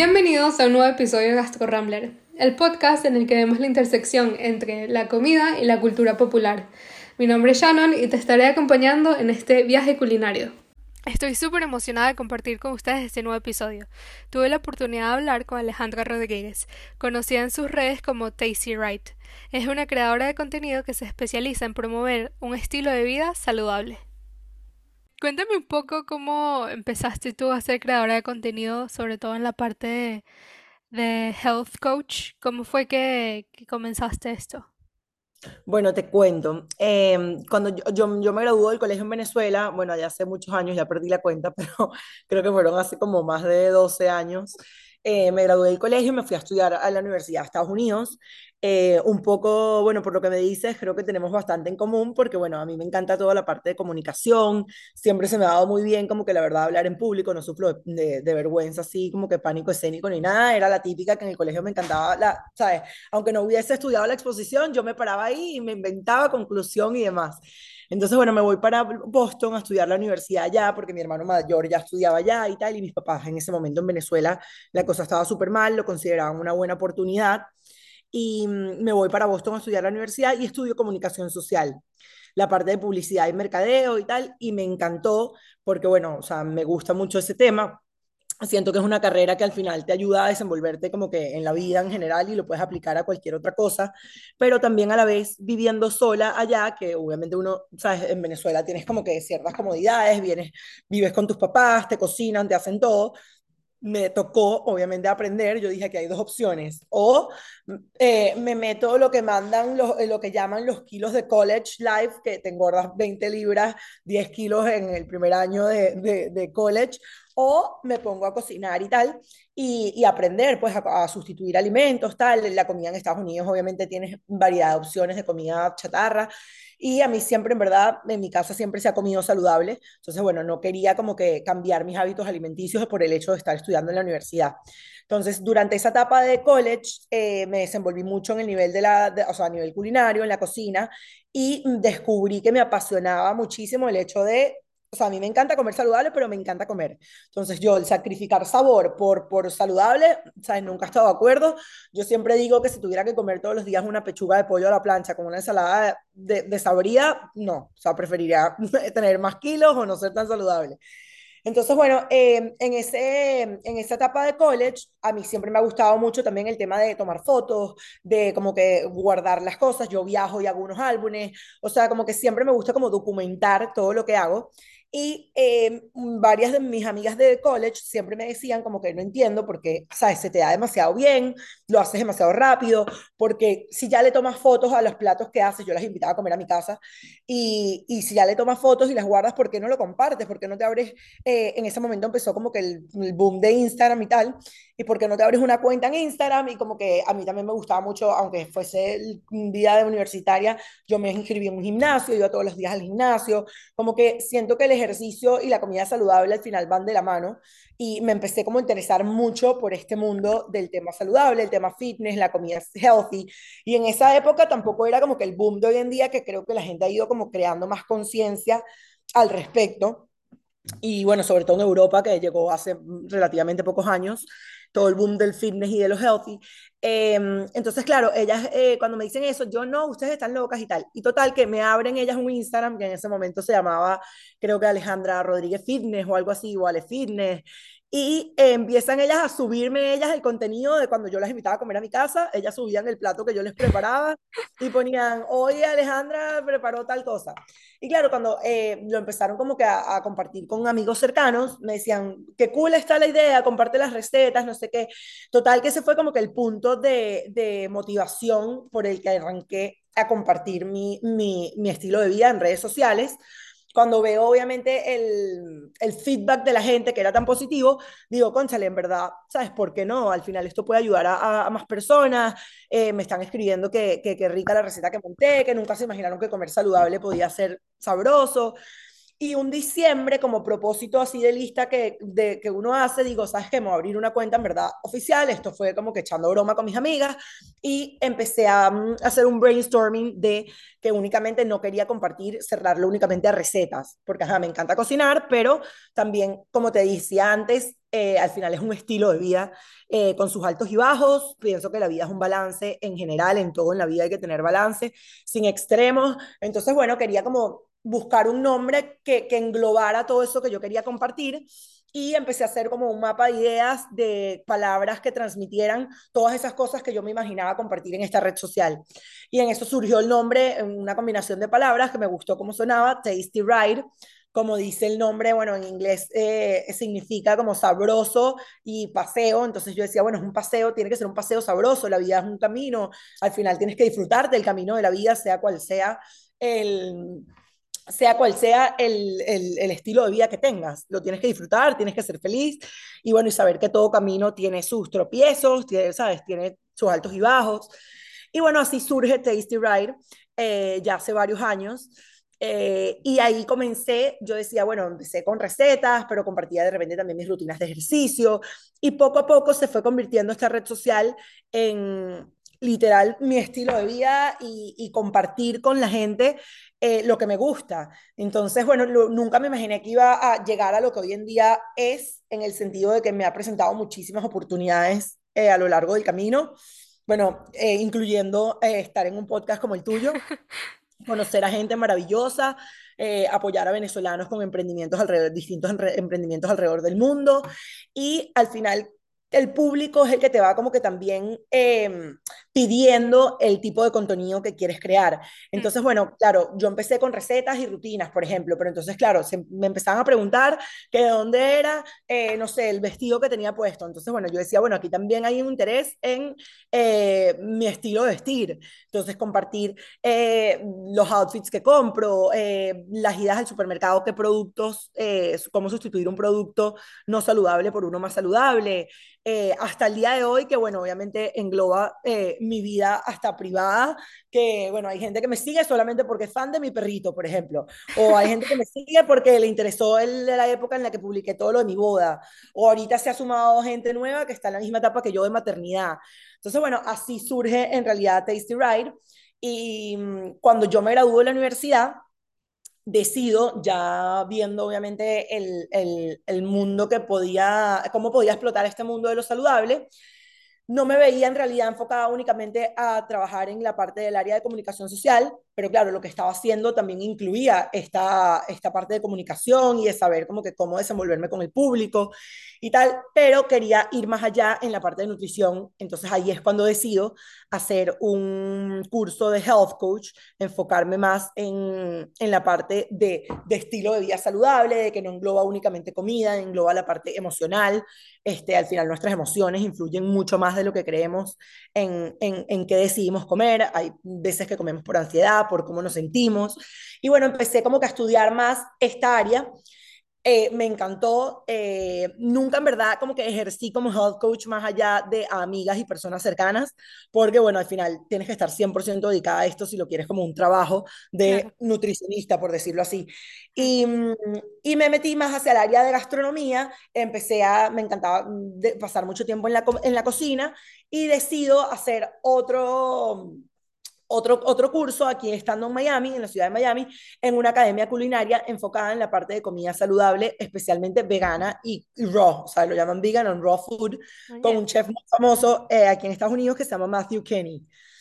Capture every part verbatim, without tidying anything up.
Bienvenidos a un nuevo episodio de Gastro Rambler, el podcast en el que vemos la intersección entre la comida y la cultura popular. Mi nombre es Shannon y te estaré acompañando en este viaje culinario. Estoy súper emocionada de compartir con ustedes este nuevo episodio. Tuve la oportunidad de hablar con Alejandra Rodríguez, conocida en sus redes como Tasty Right. Es una creadora de contenido que se especializa en promover un estilo de vida saludable. Cuéntame un poco cómo empezaste tú a ser creadora de contenido, sobre todo en la parte de, de health coach. ¿Cómo fue que, que comenzaste esto? Bueno, te cuento. Em, cuando yo, yo, yo me gradué del colegio en Venezuela, bueno, ya hace muchos años, ya perdí la cuenta, pero creo que fueron hace como más de doce años. Eh, me gradué del colegio y me fui a estudiar a la Universidad de Estados Unidos. Eh, un poco, bueno, por lo que me dices, creo que tenemos bastante en común porque, bueno, a mí me encanta toda la parte de comunicación. Siempre se me ha dado muy bien, como que la verdad, hablar en público, no sufro de, de, de vergüenza, así como que pánico escénico ni nada. Era la típica que en el colegio me encantaba, la, ¿sabes? Aunque no hubiese estudiado la exposición, yo me paraba ahí y me inventaba conclusión y demás. Entonces, bueno, me voy para Boston a estudiar la universidad allá porque mi hermano mayor ya estudiaba allá y tal, y mis papás en ese momento en Venezuela la cosa estaba súper mal, lo consideraban una buena oportunidad y mm, me voy para Boston a estudiar la universidad y estudio comunicación social, la parte de publicidad y mercadeo y tal, y me encantó porque, bueno, o sea, me gusta mucho ese tema. Siento que es una carrera que al final te ayuda a desenvolverte como que en la vida en general y lo puedes aplicar a cualquier otra cosa, pero también a la vez viviendo sola allá, que obviamente uno, sabes, en Venezuela tienes como que ciertas comodidades, vienes, vives con tus papás, te cocinan, te hacen todo. Me tocó, obviamente, aprender. Yo dije que hay dos opciones. O eh, me meto lo que mandan, los, eh, lo que llaman los kilos de college life, que te engordas veinte libras, diez kilos en el primer año de, de, de college, o me pongo a cocinar y tal, y, y aprender, pues, a, a, sustituir alimentos, tal. La comida en Estados Unidos, obviamente, tienes variedad de opciones de comida chatarra, y a mí siempre, en verdad, en mi casa siempre se ha comido saludable. Entonces, bueno, no quería como que cambiar mis hábitos alimenticios por el hecho de estar estudiando en la universidad. Entonces, durante esa etapa de college, eh, me desenvolví mucho en el nivel de la, de, o sea, a nivel culinario, en la cocina, y descubrí que me apasionaba muchísimo el hecho de, o sea, a mí me encanta comer saludable, pero me encanta comer. Entonces, yo el sacrificar sabor por, por saludable, ¿sabes? Nunca he estado de acuerdo. Yo siempre digo que si tuviera que comer todos los días una pechuga de pollo a la plancha con una ensalada de, de saboría, no. O sea, preferiría tener más kilos o no ser tan saludable. Entonces, bueno, eh, en, ese, en esa etapa de college, a mí siempre me ha gustado mucho también el tema de tomar fotos, de como que guardar las cosas. Yo viajo y hago unos álbumes, o sea, como que siempre me gusta como documentar todo lo que hago. Y eh, varias de mis amigas de college siempre me decían como que no entiendo porque, sabes, se te da demasiado bien, lo haces demasiado rápido, porque si ya le tomas fotos a los platos que haces, yo las invitaba a comer a mi casa, y, y si ya le tomas fotos y las guardas, ¿por qué no lo compartes? ¿Por qué no te abres eh, en ese momento empezó como que el, el, boom de Instagram y tal, y por qué no te abres una cuenta en Instagram, y como que a mí también me gustaba mucho, aunque fuese el, un día de universitaria, yo me inscribí en un gimnasio, iba todos los días al gimnasio, como que siento que el ejercicio y la comida saludable al final van de la mano, y me empecé como a interesar mucho por este mundo del tema saludable, el tema fitness, la comida healthy, y en esa época tampoco era como que el boom de hoy en día, que creo que la gente ha ido como creando más conciencia al respecto. Y bueno, sobre todo en Europa, que llegó hace relativamente pocos años, todo el boom del fitness y de lo healthy. Eh, entonces, claro, ellas eh, cuando me dicen eso, yo no, ustedes están locas y tal. Y total, que me abren ellas un Instagram que en ese momento se llamaba, creo que Alejandra Rodríguez Fitness o algo así, o Ale Fitness. Y eh, empiezan ellas a subirme ellas el contenido de cuando yo las invitaba a comer a mi casa, ellas subían el plato que yo les preparaba y ponían, hoy Alejandra preparó tal cosa. Y claro, cuando eh, lo empezaron como que a, a, compartir con amigos cercanos, me decían, qué cool está la idea, comparte las recetas, no sé qué. Total, que ese fue como que el punto de, de motivación por el que arranqué a compartir mi, mi, mi estilo de vida en redes sociales. Cuando veo obviamente el, el feedback de la gente que era tan positivo, digo, cónchale, en verdad, ¿sabes por qué no? Al final esto puede ayudar a, a, a más personas, eh, me están escribiendo que, que, que rica la receta que monté, que nunca se imaginaron que comer saludable podía ser sabroso. Y un diciembre, como propósito así de lista que, de, que uno hace, digo, ¿sabes qué? Me voy a abrir una cuenta en verdad oficial. Esto fue como que echando broma con mis amigas. Y empecé a, um, hacer un brainstorming de que únicamente no quería compartir, cerrarlo únicamente a recetas. Porque ajá, me encanta cocinar, pero también, como te decía antes, eh, al final es un estilo de vida eh, con sus altos y bajos. Pienso que la vida es un balance en general, en todo en la vida hay que tener balance, sin extremos. Entonces, bueno, quería como buscar un nombre que, que englobara todo eso que yo quería compartir y empecé a hacer como un mapa de ideas de palabras que transmitieran todas esas cosas que yo me imaginaba compartir en esta red social. Y en eso surgió el nombre, una combinación de palabras que me gustó cómo sonaba, Tasty Ride. Como dice el nombre, bueno, en inglés eh, significa como sabroso y paseo, entonces yo decía, bueno, es un paseo, tiene que ser un paseo sabroso, la vida es un camino, al final tienes que disfrutar del camino de la vida, sea cual sea el, sea cual sea el, el, el, estilo de vida que tengas. Lo tienes que disfrutar, tienes que ser feliz y bueno, y saber que todo camino tiene sus tropiezos, tiene, ¿sabes? Tiene sus altos y bajos. Y bueno, así surge Tasty Ride eh, ya hace varios años. Eh, y ahí comencé, yo decía, bueno, empecé con recetas, pero compartía de repente también mis rutinas de ejercicio y poco a poco se fue convirtiendo esta red social en literal mi estilo de vida y, y compartir con la gente eh, lo que me gusta. Entonces, bueno, lo, nunca me imaginé que iba a llegar a lo que hoy en día es, en el sentido de que me ha presentado muchísimas oportunidades eh, a lo largo del camino. Bueno, eh, incluyendo eh, estar en un podcast como el tuyo, conocer a gente maravillosa, eh, apoyar a venezolanos con emprendimientos alrededor, distintos emprendimientos alrededor del mundo y al final el público es el que te va como que también eh, pidiendo el tipo de contenido que quieres crear. Mm. Entonces, bueno, claro, yo empecé con recetas y rutinas, por ejemplo, pero entonces, claro, se, me empezaban a preguntar que de dónde era, eh, no sé, el vestido que tenía puesto. Entonces, bueno, yo decía, bueno, aquí también hay un interés en eh, mi estilo de vestir. Entonces, compartir eh, los outfits que compro, eh, las idas al supermercado, qué productos, eh, cómo sustituir un producto no saludable por uno más saludable, eh, hasta el día de hoy, que bueno, obviamente engloba eh, mi vida hasta privada, que bueno, hay gente que me sigue solamente porque es fan de mi perrito, por ejemplo, o hay gente que me sigue porque le interesó el, la época en la que publiqué todo lo de mi boda, o ahorita se ha sumado gente nueva que está en la misma etapa que yo de maternidad. Entonces, bueno, así surge en realidad Tasty Ride. Y mm, cuando yo me gradué de la universidad, decido, ya viendo obviamente el, el, el mundo que podía, cómo podía explotar este mundo de lo saludable, no me veía en realidad enfocada únicamente a trabajar en la parte del área de comunicación social, pero claro, lo que estaba haciendo también incluía esta, esta parte de comunicación y de saber como que cómo desenvolverme con el público y tal, pero quería ir más allá en la parte de nutrición, entonces ahí es cuando decido hacer un curso de health coach, enfocarme más en, en la parte de, de estilo de vida saludable, de que no engloba únicamente comida, engloba la parte emocional, este, al final nuestras emociones influyen mucho más de lo que creemos en, en, en qué decidimos comer. Hay veces que comemos por ansiedad, por cómo nos sentimos. Y bueno, empecé como que a estudiar más esta área. Eh, me encantó. Eh, nunca en verdad como que ejercí como health coach más allá de amigas y personas cercanas, porque bueno, al final tienes que estar cien por ciento dedicada a esto si lo quieres como un trabajo Claro. de nutricionista, por decirlo así. Mm. Y, mm, y me metí más hacia el área de gastronomía, empecé a, me encantaba mm, de pasar mucho tiempo en la, co- en la cocina y decido hacer otro otro, otro curso aquí estando en Miami, en la ciudad de Miami, en una academia culinaria enfocada en la parte de comida saludable, especialmente vegana y, y raw, o sea, lo llaman vegan and raw food, con Oye, un chef muy famoso eh, aquí en Estados Unidos que se llama Matthew Kenny.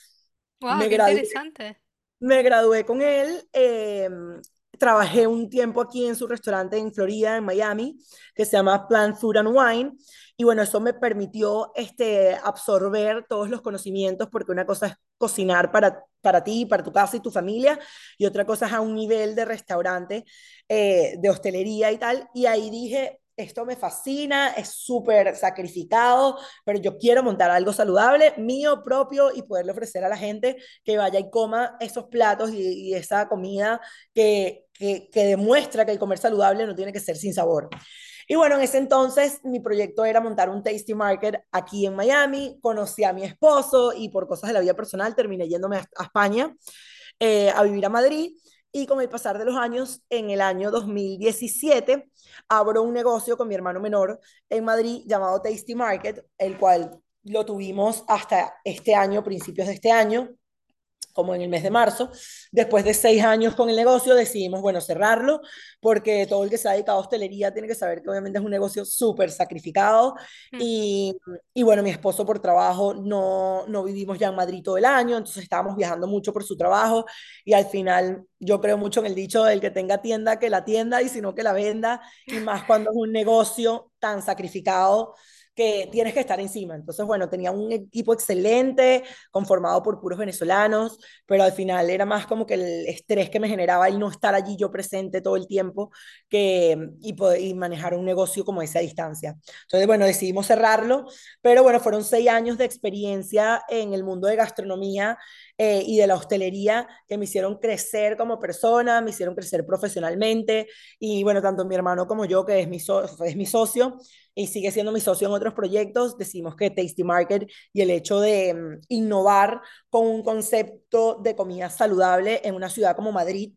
wow, Me qué gradué interesante. me gradué con él, eh, trabajé un tiempo aquí en su restaurante en Florida, en Miami, que se llama Plant Food and Wine, y bueno, eso me permitió este, absorber todos los conocimientos, porque una cosa es cocinar para, para ti, para tu casa y tu familia, y otra cosa es a un nivel de restaurante, eh, de hostelería y tal, y ahí dije, esto me fascina, es súper sacrificado, pero yo quiero montar algo saludable, mío propio, y poderle ofrecer a la gente que vaya y coma esos platos y, y esa comida que, que, que, demuestra que el comer saludable no tiene que ser sin sabor. Y bueno, en ese entonces mi proyecto era montar un Tasty Market aquí en Miami, conocí a mi esposo y por cosas de la vida personal terminé yéndome a, a España eh, a vivir a Madrid. Y con el pasar de los años, en el año dos mil diecisiete, abro un negocio con mi hermano menor en Madrid llamado Tasty Market, el cual lo tuvimos hasta este año, principios de este año, como en el mes de marzo. Después de seis años con el negocio, decidimos, bueno, cerrarlo, porque todo el que se ha dedicado a hostelería tiene que saber que obviamente es un negocio súper sacrificado. Mm. Y, y bueno, mi esposo por trabajo no, no vivimos ya en Madrid todo el año, entonces estábamos viajando mucho por su trabajo y al final yo creo mucho en el dicho del que tenga tienda, que la tienda y si no que la venda, y más cuando es un negocio tan sacrificado que tienes que estar encima. Entonces, bueno, tenía un equipo excelente, conformado por puros venezolanos, pero al final era más como que el estrés que me generaba el no estar allí yo presente todo el tiempo que, y, poder, y manejar un negocio como esa distancia. Entonces, bueno, decidimos cerrarlo, pero bueno, fueron seis años de experiencia en el mundo de gastronomía eh, y de la hostelería que me hicieron crecer como persona, me hicieron crecer profesionalmente y bueno, tanto mi hermano como yo, que es mi, so es mi socio y sigue siendo mi socio en otros proyectos, decimos que Tasty Market y el hecho de um, innovar con un concepto de comida saludable en una ciudad como Madrid,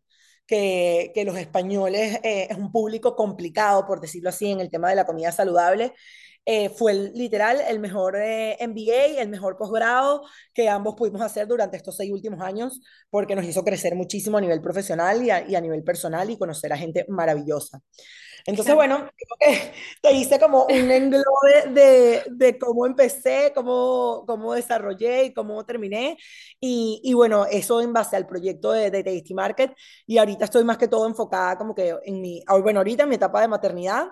que, que los españoles eh, es un público complicado, por decirlo así, en el tema de la comida saludable. Eh, fue el, literal el mejor eh, M B A, el mejor posgrado que ambos pudimos hacer durante estos seis últimos años, porque nos hizo crecer muchísimo a nivel profesional y a, y a nivel personal y conocer a gente maravillosa. Entonces, Claro. bueno, creo que te hice como un englobe de, de cómo empecé, cómo, cómo desarrollé y cómo terminé. Y, y bueno, eso en base al proyecto de, de Tasty Market. Y ahorita estoy más que todo enfocada como que en mi, ah, bueno, ahorita en mi etapa de maternidad.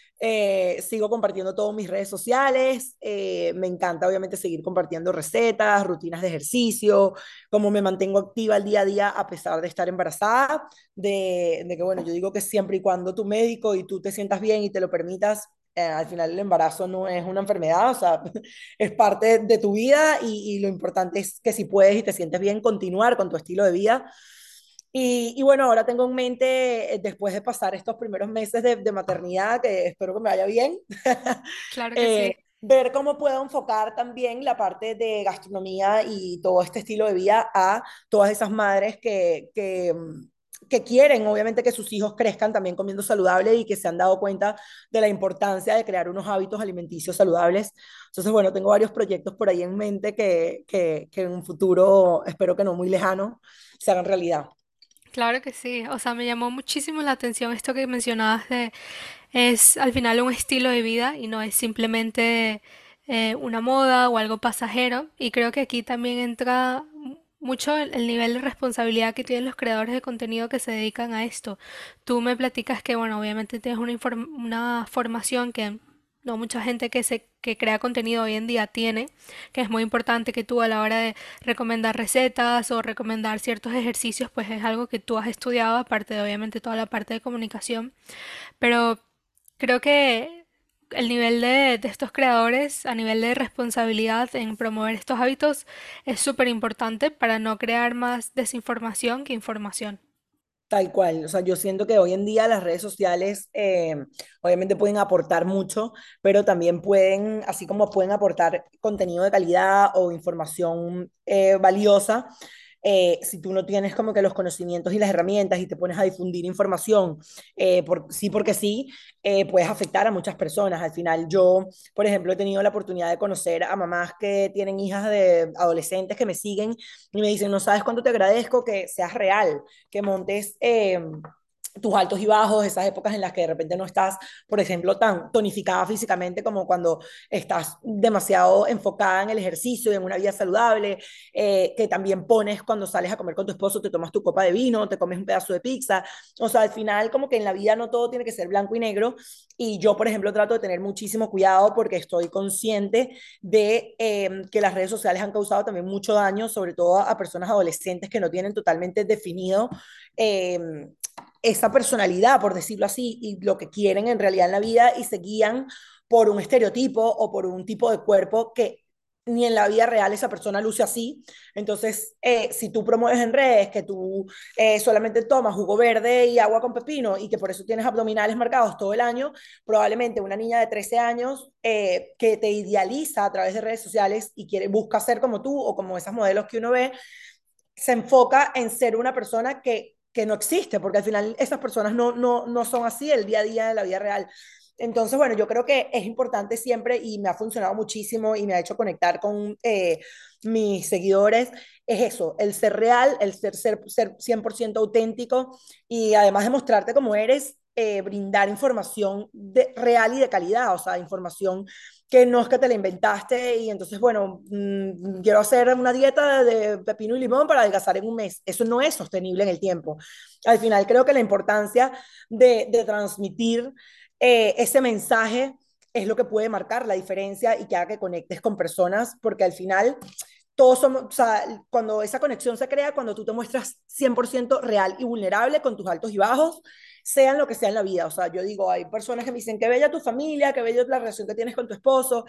Eh, sigo compartiendo todas mis redes sociales. Eh, me encanta, obviamente, seguir compartiendo recetas, rutinas de ejercicio, cómo me mantengo activa el día a día a pesar de estar embarazada. De, de que, bueno, yo digo que siempre y cuando tu médico y tú te sientas bien y te lo permitas, eh, al final el embarazo no es una enfermedad, o sea, es parte de tu vida y, y lo importante es que si puedes y te sientes bien, continuar con tu estilo de vida. Y, y bueno, ahora tengo en mente, eh, después de pasar estos primeros meses de, de maternidad, que espero que me vaya bien, Claro que eh, sí. ver cómo puedo enfocar también la parte de gastronomía y todo este estilo de vida a todas esas madres que, que, mm, que quieren, obviamente, que sus hijos crezcan también comiendo saludable y que se han dado cuenta de la importancia de crear unos hábitos alimenticios saludables. Entonces, bueno, tengo varios proyectos por ahí en mente que, que, que en un futuro, espero que no muy lejano, se hagan realidad. Claro que sí. O sea, me llamó muchísimo la atención esto que mencionabas de es al final un estilo de vida y no es simplemente eh, una moda o algo pasajero. Y creo que aquí también entra mucho el, el nivel de responsabilidad que tienen los creadores de contenido que se dedican a esto. Tú me platicas que, bueno, obviamente tienes una, inform- una formación que no mucha gente que se que crea contenido hoy en día tiene, que es muy importante que tú a la hora de recomendar recetas o recomendar ciertos ejercicios, pues es algo que tú has estudiado, aparte de obviamente toda la parte de comunicación. Pero creo que el nivel de, de estos creadores a nivel de responsabilidad en promover estos hábitos es súper importante para no crear más desinformación que información. Tal cual, o sea, yo siento que hoy en día las redes sociales eh, obviamente pueden aportar mucho, pero también pueden, así como pueden aportar contenido de calidad o información eh, valiosa, eh, si tú no tienes como que los conocimientos y las herramientas y te pones a difundir información, eh, por, sí porque sí, eh, puedes afectar a muchas personas. Al final yo, por ejemplo, he tenido la oportunidad de conocer a mamás que tienen hijas de adolescentes que me siguen y me dicen, no sabes cuánto te agradezco que seas real, que montes eh, tus altos y bajos, esas épocas en las que de repente no estás, por ejemplo, tan tonificada físicamente como cuando estás demasiado enfocada en el ejercicio y en una vida saludable, eh, que también pones cuando sales a comer con tu esposo, te tomas tu copa de vino, te comes un pedazo de pizza, o sea, al final como que en la vida no todo tiene que ser blanco y negro y yo, por ejemplo, trato de tener muchísimo cuidado porque estoy consciente de eh, que las redes sociales han causado también mucho daño, sobre todo a personas adolescentes que no tienen totalmente definido eh, esa personalidad, por decirlo así, y lo que quieren en realidad en la vida y se guían por un estereotipo o por un tipo de cuerpo que ni en la vida real esa persona luce así. Entonces, eh, si tú promueves en redes que tú eh, solamente tomas jugo verde y agua con pepino y que por eso tienes abdominales marcados todo el año, probablemente una niña de trece años eh, que te idealiza a través de redes sociales y quiere, busca ser como tú o como esas modelos que uno ve, se enfoca en ser una persona que que no existe, porque al final esas personas no, no, no son así el día a día de la vida real. Entonces, bueno, yo creo que es importante siempre y me ha funcionado muchísimo y me ha hecho conectar con eh, mis seguidores, es eso, el ser real, el ser, ser, ser cien por ciento auténtico y además de mostrarte como eres, eh, brindar información de, real y de calidad, o sea, información que no es que te la inventaste y entonces, bueno, mmm, quiero hacer una dieta de pepino y limón para adelgazar en un mes. Eso no es sostenible en el tiempo. Al final creo que la importancia de, de transmitir eh, ese mensaje es lo que puede marcar la diferencia y que haga que conectes con personas, porque al final todos somos, o sea, cuando esa conexión se crea, cuando tú te muestras cien por ciento real y vulnerable con tus altos y bajos, sean lo que sea en la vida. O sea, yo digo, hay personas que me dicen, qué bella tu familia, qué bella la relación que tienes con tu esposo,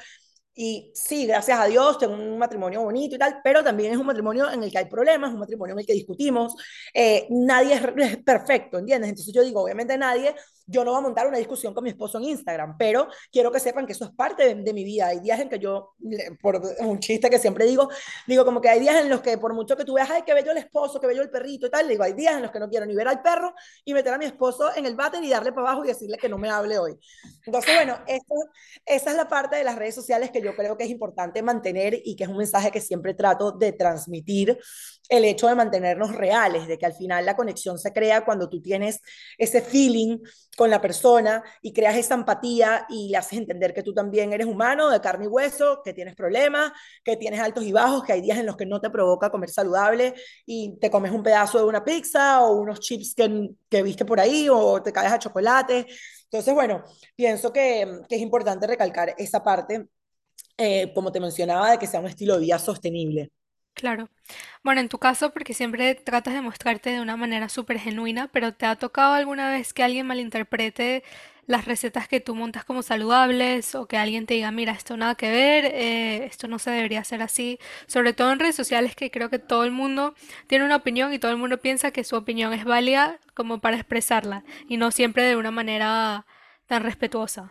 y sí, gracias a Dios, tengo un matrimonio bonito y tal, pero también es un matrimonio en el que hay problemas, un matrimonio en el que discutimos. Eh, nadie es, es, perfecto, ¿entiendes? Entonces yo digo, obviamente nadie, yo no voy a montar una discusión con mi esposo en Instagram, pero quiero que sepan que eso es parte de, de mi vida. Hay días en que yo, por un chiste que siempre digo, digo como que hay días en los que por mucho que tú veas, ay, qué bello el esposo, qué bello el perrito y tal, digo, hay días en los que no quiero ni ver al perro y meter a mi esposo en el váter y darle para abajo y decirle que no me hable hoy. Entonces, bueno, esto, esa es la parte de las redes sociales que yo creo que es importante mantener y que es un mensaje que siempre trato de transmitir, el hecho de mantenernos reales, de que al final la conexión se crea cuando tú tienes ese feeling con la persona y creas esa empatía y le haces entender que tú también eres humano, de carne y hueso, que tienes problemas, que tienes altos y bajos, que hay días en los que no te provoca comer saludable y te comes un pedazo de una pizza o unos chips que, que viste por ahí o te caes a chocolate. Entonces, bueno, pienso que, que es importante recalcar esa parte, eh, como te mencionaba, de que sea un estilo de vida sostenible. Claro. Bueno, en tu caso, porque siempre tratas de mostrarte de una manera súper genuina, pero ¿te ha tocado alguna vez que alguien malinterprete las recetas que tú montas como saludables o que alguien te diga, mira, esto nada que ver, eh, esto no se debería hacer así? Sobre todo en redes sociales que creo que todo el mundo tiene una opinión y todo el mundo piensa que su opinión es válida como para expresarla y no siempre de una manera tan respetuosa.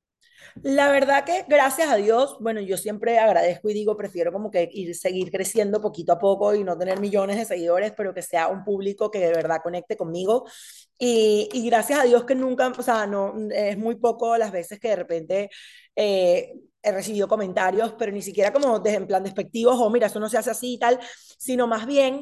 La verdad que gracias a Dios, bueno, yo siempre agradezco y digo, prefiero como que ir, seguir creciendo poquito a poco y no tener millones de seguidores, pero que sea un público que de verdad conecte conmigo. Y, y gracias a Dios que nunca, o sea, no, es muy poco las veces que de repente eh, he recibido comentarios, pero ni siquiera como de, en plan despectivos o mira, eso no se hace así y tal, sino más bien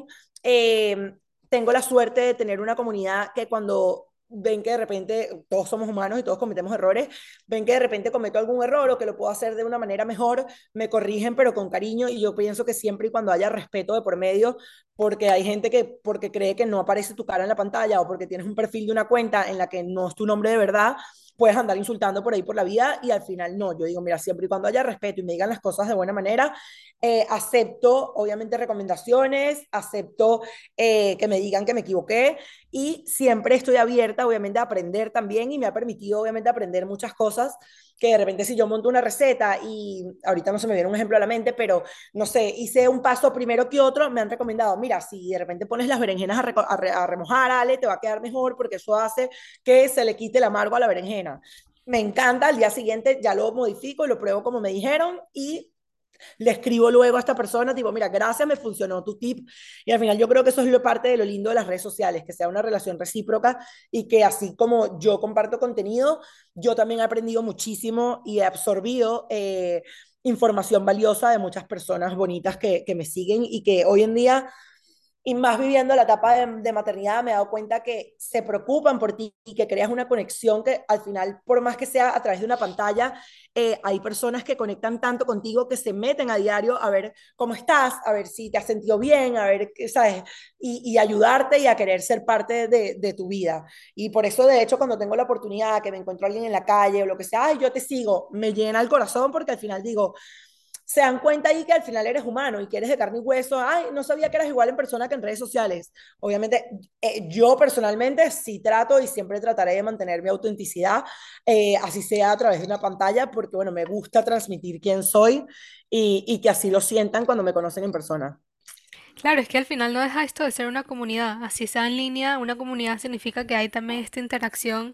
eh, tengo la suerte de tener una comunidad que cuando ven que de repente todos somos humanos y todos cometemos errores, ven que de repente cometo algún error o que lo puedo hacer de una manera mejor, me corrigen pero con cariño y yo pienso que siempre y cuando haya respeto de por medio, porque hay gente que porque cree que no aparece tu cara en la pantalla o porque tienes un perfil de una cuenta en la que no es tu nombre de verdad, puedes andar insultando por ahí por la vida y al final no. Yo digo, mira, siempre y cuando haya respeto y me digan las cosas de buena manera, eh, acepto obviamente recomendaciones, acepto eh, que me digan que me equivoqué y siempre estoy abierta obviamente a aprender también y me ha permitido obviamente aprender muchas cosas que de repente si yo monto una receta y ahorita no se me viene un ejemplo a la mente, pero no sé, hice un paso primero que otro, me han recomendado, mira, si de repente pones las berenjenas a, re a, re a remojar, Ale, te va a quedar mejor porque eso hace que se le quite el amargo a la berenjena. Me encanta, al día siguiente ya lo modifico y lo pruebo como me dijeron y le escribo luego a esta persona, tipo, mira, gracias, me funcionó tu tip. Y al final yo creo que eso es lo parte de lo lindo de las redes sociales, que sea una relación recíproca y que así como yo comparto contenido, yo también he aprendido muchísimo y he absorbido eh, información valiosa de muchas personas bonitas que, que me siguen y que hoy en día y más viviendo la etapa de, de, maternidad, me he dado cuenta que se preocupan por ti y que creas una conexión que al final, por más que sea a través de una pantalla, eh, hay personas que conectan tanto contigo que se meten a diario a ver cómo estás, a ver si te has sentido bien, a ver, ¿sabes? Y, y ayudarte y a querer ser parte de, de, tu vida. Y por eso, de hecho, cuando tengo la oportunidad que me encuentro a alguien en la calle o lo que sea, ay, yo te sigo, me llena el corazón porque al final digo, se dan cuenta ahí que al final eres humano y que eres de carne y hueso. Ay, no sabía que eras igual en persona que en redes sociales. Obviamente, eh, yo personalmente sí trato y siempre trataré de mantener mi autenticidad, eh, así sea a través de una pantalla, porque bueno, me gusta transmitir quién soy y, y que así lo sientan cuando me conocen en persona. Claro, es que al final no deja esto de ser una comunidad. Así sea en línea, una comunidad significa que hay también esta interacción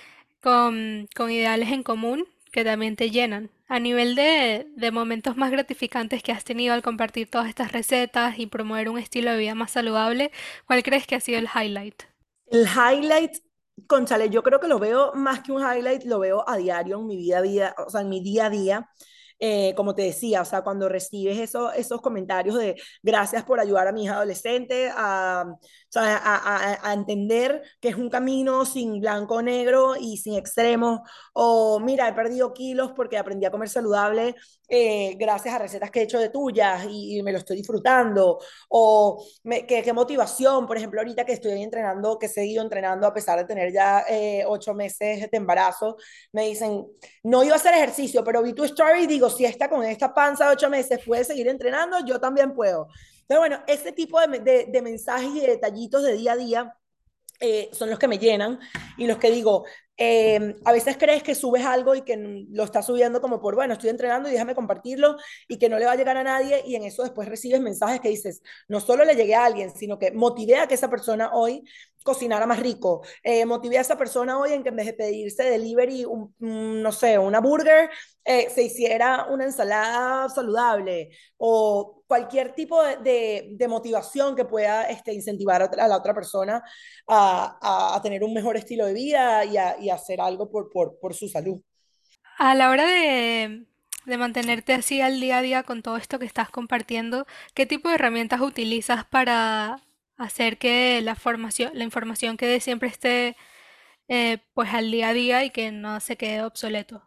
con, con ideales en común que también te llenan. A nivel de, de momentos más gratificantes que has tenido al compartir todas estas recetas y promover un estilo de vida más saludable, ¿cuál crees que ha sido el highlight? El highlight, cónchale, yo creo que lo veo más que un highlight, lo veo a diario en mi vida, vida, o sea, en mi día a día. Eh, como te decía, o sea, cuando recibes eso, esos comentarios de gracias por ayudar a mi hija adolescente a, o sea, a, a, a entender que es un camino sin blanco o negro y sin extremos, o mira, he perdido kilos porque aprendí a comer saludable eh, gracias a recetas que he hecho de tuyas y, y me lo estoy disfrutando, o me, qué, qué motivación, por ejemplo, ahorita que estoy entrenando, que he seguido entrenando a pesar de tener ya eh, ocho meses de embarazo, me dicen, no iba a hacer ejercicio, pero vi tu story y digo, si esta con esta panza de ocho meses puede seguir entrenando, yo también puedo. Entonces, bueno, ese tipo de, de, de mensajes y de detallitos de día a día eh, son los que me llenan y los que digo, eh, a veces crees que subes algo y que lo estás subiendo como por, bueno, estoy entrenando y déjame compartirlo y que no le va a llegar a nadie y en eso después recibes mensajes que dices, no solo le llegué a alguien, sino que motivé a que esa persona hoy cocinara más rico, eh, motivé a esa persona hoy en que en vez de pedirse delivery, un, un, no sé, una burger, eh, se hiciera una ensalada saludable o cualquier tipo de, de, de motivación que pueda este, incentivar a, a la otra persona a, a, a, tener un mejor estilo de vida y a, y a hacer algo por, por, por su salud. A la hora de, de mantenerte así al día a día con todo esto que estás compartiendo, ¿qué tipo de herramientas utilizas para hacer que la formación, la información quede siempre esté eh, pues al día a día y que no se quede obsoleto?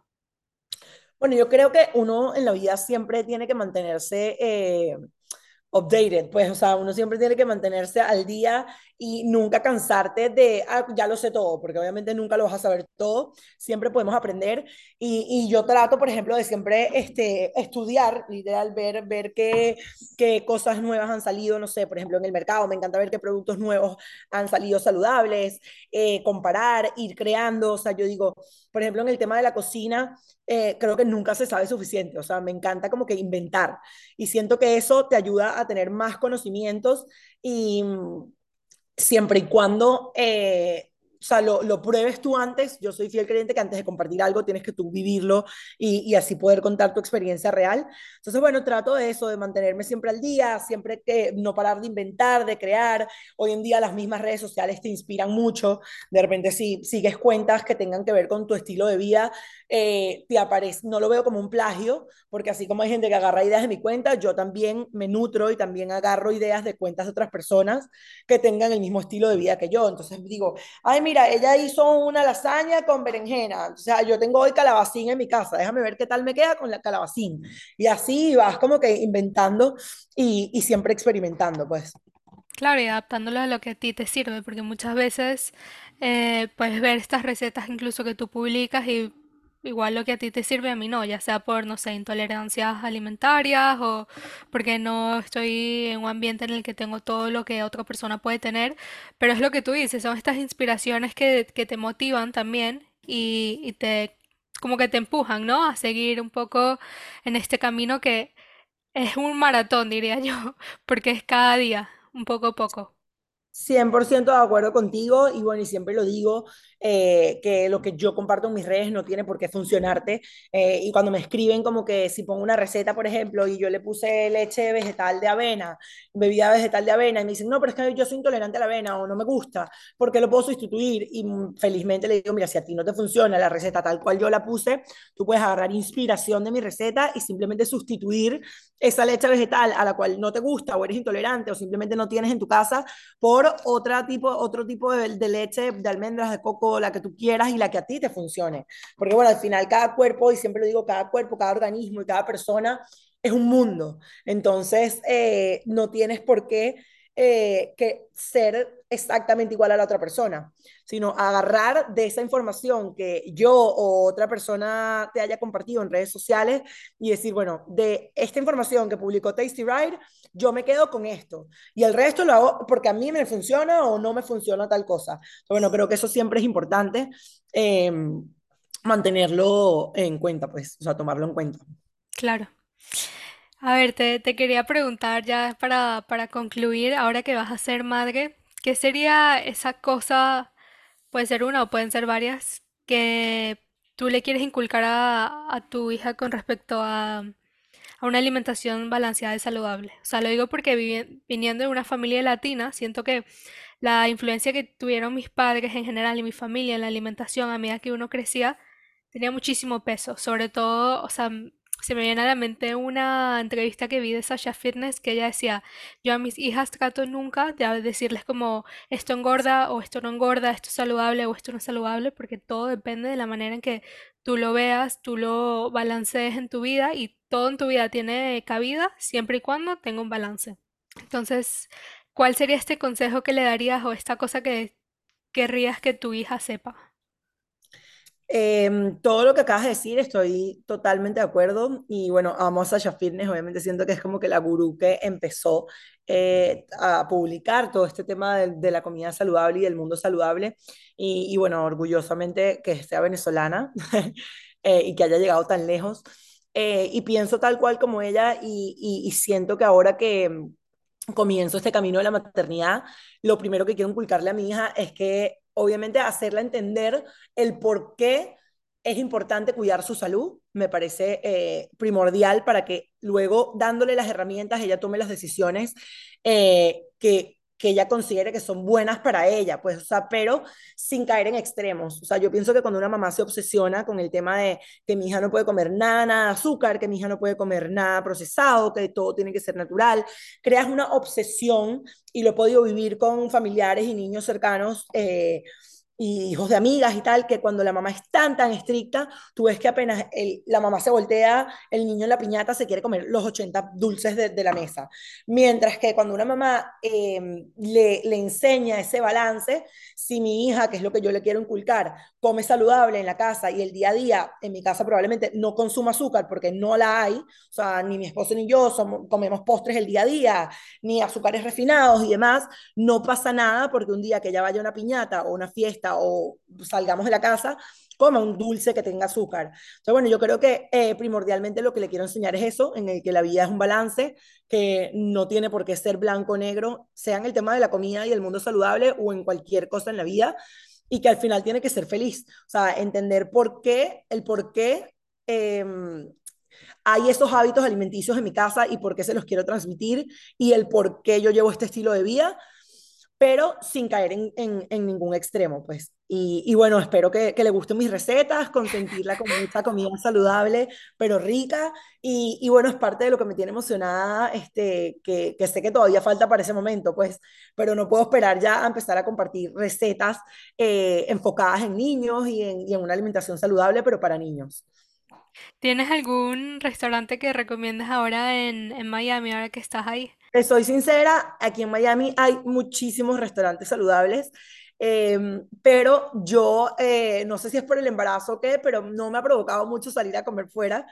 Bueno, yo creo que uno en la vida siempre tiene que mantenerse eh, updated, pues, o sea, uno siempre tiene que mantenerse al día y nunca cansarte de, ah, ya lo sé todo, porque obviamente nunca lo vas a saber todo, siempre podemos aprender y, y yo trato, por ejemplo, de siempre este, estudiar, literal, ver, ver qué, qué cosas nuevas han salido, no sé, por ejemplo, en el mercado, me encanta ver qué productos nuevos han salido saludables, eh, comparar, ir creando, o sea, yo digo, por ejemplo, en el tema de la cocina, eh, creo que nunca se sabe suficiente, o sea, me encanta como que inventar y siento que eso te ayuda a tener más conocimientos y mm, siempre y cuando eh, o sea, lo, lo, pruebes tú antes. Yo soy fiel creyente que antes de compartir algo tienes que tú vivirlo y, y, así poder contar tu experiencia real. Entonces, bueno, trato de eso, de mantenerme siempre al día, siempre que no parar de inventar, de crear. Hoy en día las mismas redes sociales te inspiran mucho. De repente, si sigues cuentas que tengan que ver con tu estilo de vida, eh, te aparece, no lo veo como un plagio, porque así como hay gente que agarra ideas de mi cuenta, yo también me nutro y también agarro ideas de cuentas de otras personas que tengan el mismo estilo de vida que yo. Entonces digo, ay, mira, ella hizo una lasaña con berenjena. O sea, yo tengo hoy calabacín en mi casa, déjame ver qué tal me queda con la calabacín. Y así vas como que inventando y, y siempre experimentando, pues. Claro, y adaptándolo a lo que a ti te sirve, porque muchas veces eh, puedes ver estas recetas incluso que tú publicas y igual lo que a ti te sirve a mí no, ya sea por, no sé, intolerancias alimentarias o porque no estoy en un ambiente en el que tengo todo lo que otra persona puede tener, pero es lo que tú dices, son estas inspiraciones que, que te motivan también y, y te como que te empujan, ¿no? A seguir un poco en este camino que es un maratón, diría yo, porque es cada día, un poco a poco. cien por ciento de acuerdo contigo y bueno, y siempre lo digo, eh, que lo que yo comparto en mis redes no tiene por qué funcionarte. Eh, y cuando me escriben como que si pongo una receta, por ejemplo, y yo le puse leche vegetal de avena, bebida vegetal de avena, y me dicen, no, pero es que yo soy intolerante a la avena o no me gusta, ¿porque lo puedo sustituir? Y mm, felizmente le digo, mira, si a ti no te funciona la receta tal cual yo la puse, tú puedes agarrar inspiración de mi receta y simplemente sustituir esa leche vegetal a la cual no te gusta o eres intolerante o simplemente no tienes en tu casa por otra tipo, otro tipo de, de leche, de almendras, de coco, la que tú quieras y la que a ti te funcione. Porque bueno, al final cada cuerpo, y siempre lo digo, cada cuerpo, cada organismo y cada persona es un mundo. Entonces, eh, no tienes por qué eh, que ser exactamente igual a la otra persona, sino agarrar de esa información que yo o otra persona te haya compartido en redes sociales y decir, bueno, de esta información que publicó Tasty Ride, yo me quedo con esto. Y el resto lo hago porque a mí me funciona o no me funciona tal cosa. Bueno, creo que eso siempre es importante eh, mantenerlo en cuenta, pues, o sea, tomarlo en cuenta. Claro. A ver, te, te quería preguntar ya para, para concluir, ahora que vas a ser madre, ¿qué sería esa cosa, puede ser una o pueden ser varias, que tú le quieres inculcar a, a tu hija con respecto a, a una alimentación balanceada y saludable? O sea, lo digo porque vivi- viniendo de una familia latina, siento que la influencia que tuvieron mis padres en general y mi familia en la alimentación a medida que uno crecía tenía muchísimo peso. Sobre todo, o sea, m- se me viene a la mente una entrevista que vi de Sasha Fitness que ella decía, yo a mis hijas trato nunca de decirles como esto engorda o esto no engorda, esto es saludable o esto no es saludable, porque todo depende de la manera en que tú lo veas, tú lo balancees en tu vida y todo en tu vida tiene cabida siempre y cuando tenga un balance. Entonces, ¿cuál sería este consejo que le darías o esta cosa que querrías que tu hija sepa? Em, todo lo que acabas de decir, estoy totalmente de acuerdo. Y bueno, amo a Sasha Fitness, obviamente siento que es como que la gurú que empezó eh, a publicar todo este tema de, de la comida saludable y del mundo saludable. Y, y bueno, orgullosamente que sea venezolana eh, y que haya llegado tan lejos. Eh, y pienso tal cual como ella y, y, y siento que ahora que comienzo este camino de la maternidad, lo primero que quiero inculcarle a mi hija es que obviamente hacerla entender el por qué es importante cuidar su salud, me parece eh, primordial para que luego dándole las herramientas ella tome las decisiones eh, que, que ella considere que son buenas para ella, pues, o sea, pero sin caer en extremos. O sea, yo pienso que cuando una mamá se obsesiona con el tema de que mi hija no puede comer nada, nada de azúcar, que mi hija no puede comer nada procesado, que todo tiene que ser natural, creas una obsesión y lo he podido vivir con familiares y niños cercanos eh, y hijos de amigas y tal, que cuando la mamá es tan, tan estricta, tú ves que apenas el, la mamá se voltea, el niño en la piñata se quiere comer los ochenta dulces de, de la mesa. Mientras que cuando una mamá eh, le, le enseña ese balance, si mi hija, que es lo que yo le quiero inculcar, come saludable en la casa y el día a día, en mi casa probablemente no consuma azúcar porque no la hay, o sea, ni mi esposo ni yo somos, comemos postres el día a día, ni azúcares refinados y demás, no pasa nada porque un día que ella vaya a una piñata o una fiesta o salgamos de la casa, coma un dulce que tenga azúcar. Entonces, bueno, yo creo que eh, primordialmente lo que le quiero enseñar es eso, en el que la vida es un balance, que no tiene por qué ser blanco o negro, sea en el tema de la comida y el mundo saludable o en cualquier cosa en la vida, y que al final tiene que ser feliz. O sea, entender por qué, el por qué eh, hay esos hábitos alimenticios en mi casa y por qué se los quiero transmitir y el por qué yo llevo este estilo de vida, pero sin caer en, en, en ningún extremo, pues. Y, y bueno, espero que, que, le gusten mis recetas, consentirla con mucha comida saludable, pero rica. Y, y, bueno, es parte de lo que me tiene emocionada, este, que, que sé que todavía falta para ese momento, pues, pero no puedo esperar ya a empezar a compartir recetas eh, enfocadas en niños y en, y en una alimentación saludable, pero para niños. ¿Tienes algún restaurante que recomiendas ahora en, en Miami, ahora que estás ahí? Te soy sincera, aquí en Miami hay muchísimos restaurantes saludables, eh, pero yo eh, no sé si es por el embarazo o qué, pero no me ha provocado mucho salir a comer fuera.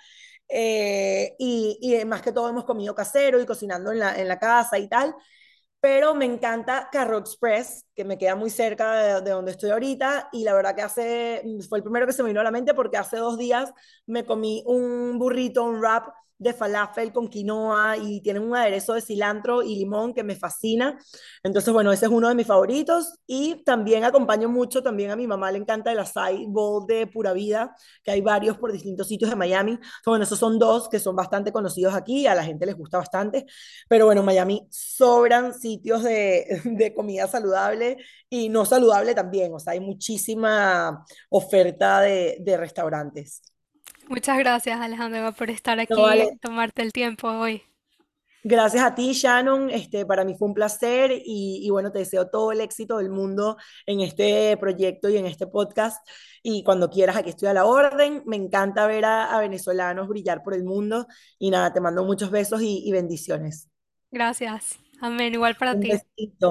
Eh, y, y más que todo hemos comido casero y cocinando en la, en la casa y tal. Pero me encanta Carro Express, que me queda muy cerca de, de donde estoy ahorita, y la verdad que hace, fue el primero que se me vino a la mente porque hace dos días me comí un burrito, un wrap de falafel con quinoa y tienen un aderezo de cilantro y limón que me fascina. Entonces, bueno, ese es uno de mis favoritos y también acompaño mucho, también a mi mamá le encanta el açaí bowl de Pura Vida, que hay varios por distintos sitios de Miami. Entonces, bueno, esos son dos que son bastante conocidos aquí, a la gente les gusta bastante. Pero bueno, en Miami sobran sitios de, de comida saludable y no saludable también. O sea, hay muchísima oferta de, de restaurantes. Muchas gracias, Alejandra, por estar No, aquí, vale. tomarte el tiempo hoy. Gracias a ti, Shannon. Este, para mí fue un placer y, y bueno, te deseo todo el éxito del mundo en este proyecto y en este podcast. Y cuando quieras, aquí estoy a la orden. Me encanta ver a, a venezolanos brillar por el mundo. Y nada, te mando muchos besos y, y bendiciones. Gracias. Amén. Igual para Un ti. besito.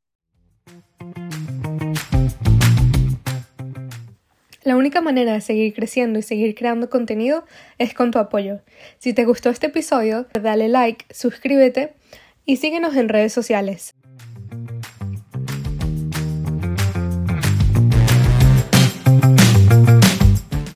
La única manera de seguir creciendo y seguir creando contenido es con tu apoyo. Si te gustó este episodio, dale like, suscríbete y síguenos en redes sociales.